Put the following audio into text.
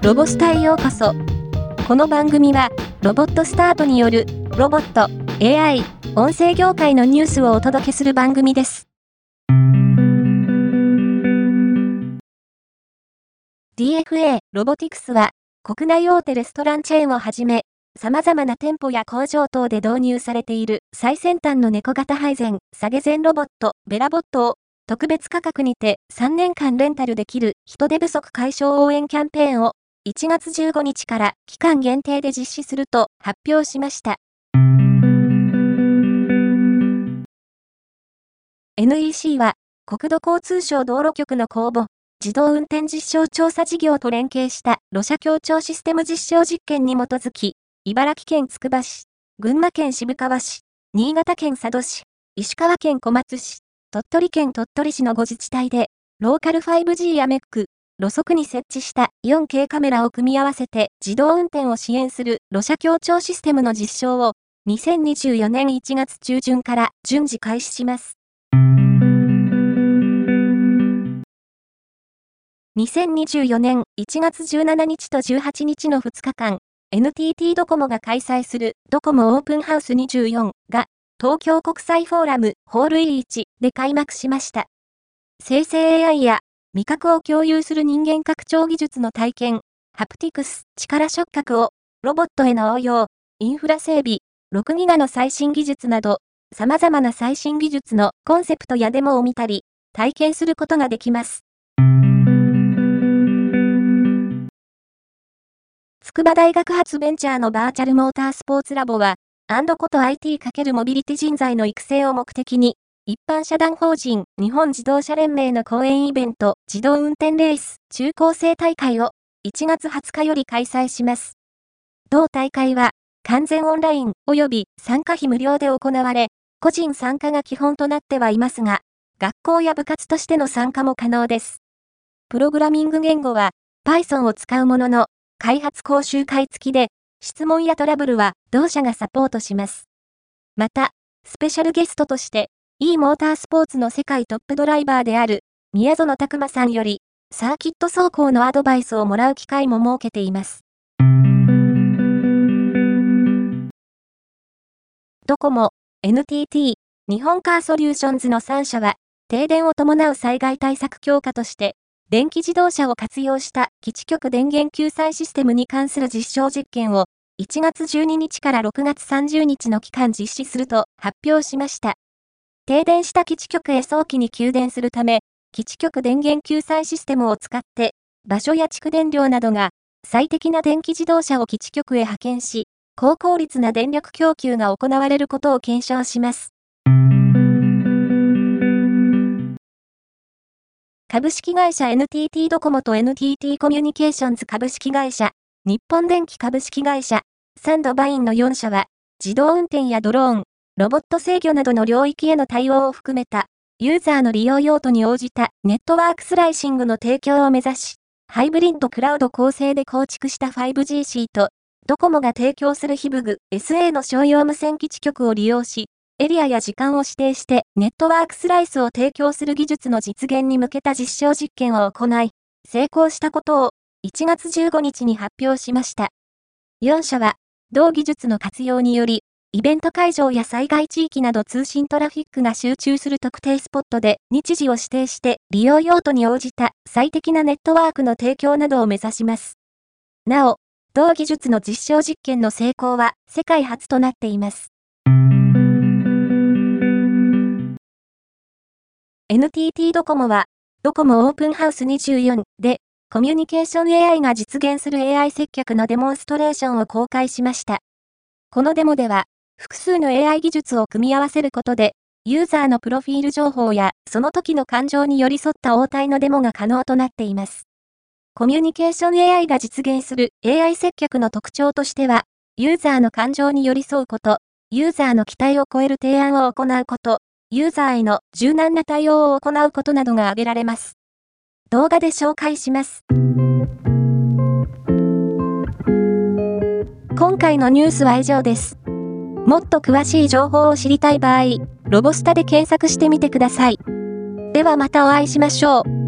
ロボスタへようこそ。この番組は、ロボットスタートによる、ロボット、AI、音声業界のニュースをお届けする番組です。DFA ロボティクスは、国内大手レストランチェーンをはじめ、様々な店舗や工場等で導入されている最先端の猫型配膳、下げ膳ロボット、ベラボットを、特別価格にて3年間レンタルできる人手不足解消応援キャンペーンを1月15日から期間限定で実施すると発表しました。NEC は国土交通省道路局の公募、自動運転実証調査事業と連携した路車協調システム実証実験に基づき、茨城県つくば市、群馬県渋川市、新潟県佐渡市、石川県小松市、鳥取県鳥取市の5自治体で、ローカル 5G や MEC、路側に設置した 4K カメラを組み合わせて自動運転を支援する路車協調システムの実証を2024年1月中旬から順次開始します。2024年1月17日と18日の2日間、NTT ドコモが開催するドコモオープンハウス24が東京国際フォーラムホール E1 で開幕しました。生成 AI や味覚を共有する人間拡張技術の体験、ハプティクス、力触覚をロボットへの応用、インフラ整備、6ギガの最新技術など、様々な最新技術のコンセプトやデモを見たり、体験することができます。筑波大学発ベンチャーのバーチャルモータースポーツラボは、&こと IT× モビリティ人材の育成を目的に、一般社団法人日本自動車連盟の講演イベント自動運転レース中高生大会を1月20日より開催します。同大会は完全オンライン及び参加費無料で行われ、個人参加が基本となってはいますが、学校や部活としての参加も可能です。プログラミング言語は Python を使うものの、開発講習会付きで、質問やトラブルは同社がサポートします。また、スペシャルゲストとして、E モータースポーツの世界トップドライバーである、宮園拓馬さんより、サーキット走行のアドバイスをもらう機会も設けています。ドコモ、NTT、日本カーソリューションズの3社は、停電を伴う災害対策強化として、電気自動車を活用した基地局電源救済システムに関する実証実験を、1月12日から6月30日の期間実施すると発表しました。停電した基地局へ早期に給電するため、基地局電源救済システムを使って、場所や蓄電量などが最適な電気自動車を基地局へ派遣し、高効率な電力供給が行われることを検証します。株式会社 NTT ドコモと NTT コミュニケーションズ株式会社、日本電機株式会社、サンドバインの4社は、自動運転やドローン、ロボット制御などの領域への対応を含めた、ユーザーの利用用途に応じたネットワークスライシングの提供を目指し、ハイブリッドクラウド構成で構築した 5G シート、ドコモが提供するヒブグ SA の商用無線基地局を利用し、エリアや時間を指定してネットワークスライスを提供する技術の実現に向けた実証実験を行い、成功したことを1月15日に発表しました。4社は、同技術の活用により、イベント会場や災害地域など通信トラフィックが集中する特定スポットで日時を指定して利用用途に応じた最適なネットワークの提供などを目指します。なお、同技術の実証実験の成功は世界初となっています。NTT ドコモは、ドコモオープンハウス24で、コミュニケーション AI が実現する AI 接客のデモンストレーションを公開しました。このデモでは、複数の AI 技術を組み合わせることで、ユーザーのプロフィール情報や、その時の感情に寄り添った応対のデモが可能となっています。コミュニケーション AI が実現する AI 接客の特徴としては、ユーザーの感情に寄り添うこと、ユーザーの期待を超える提案を行うこと、ユーザーへの柔軟な対応を行うことなどが挙げられます。動画で紹介します。今回のニュースは以上です。もっと詳しい情報を知りたい場合、ロボスタで検索してみてください。ではまたお会いしましょう。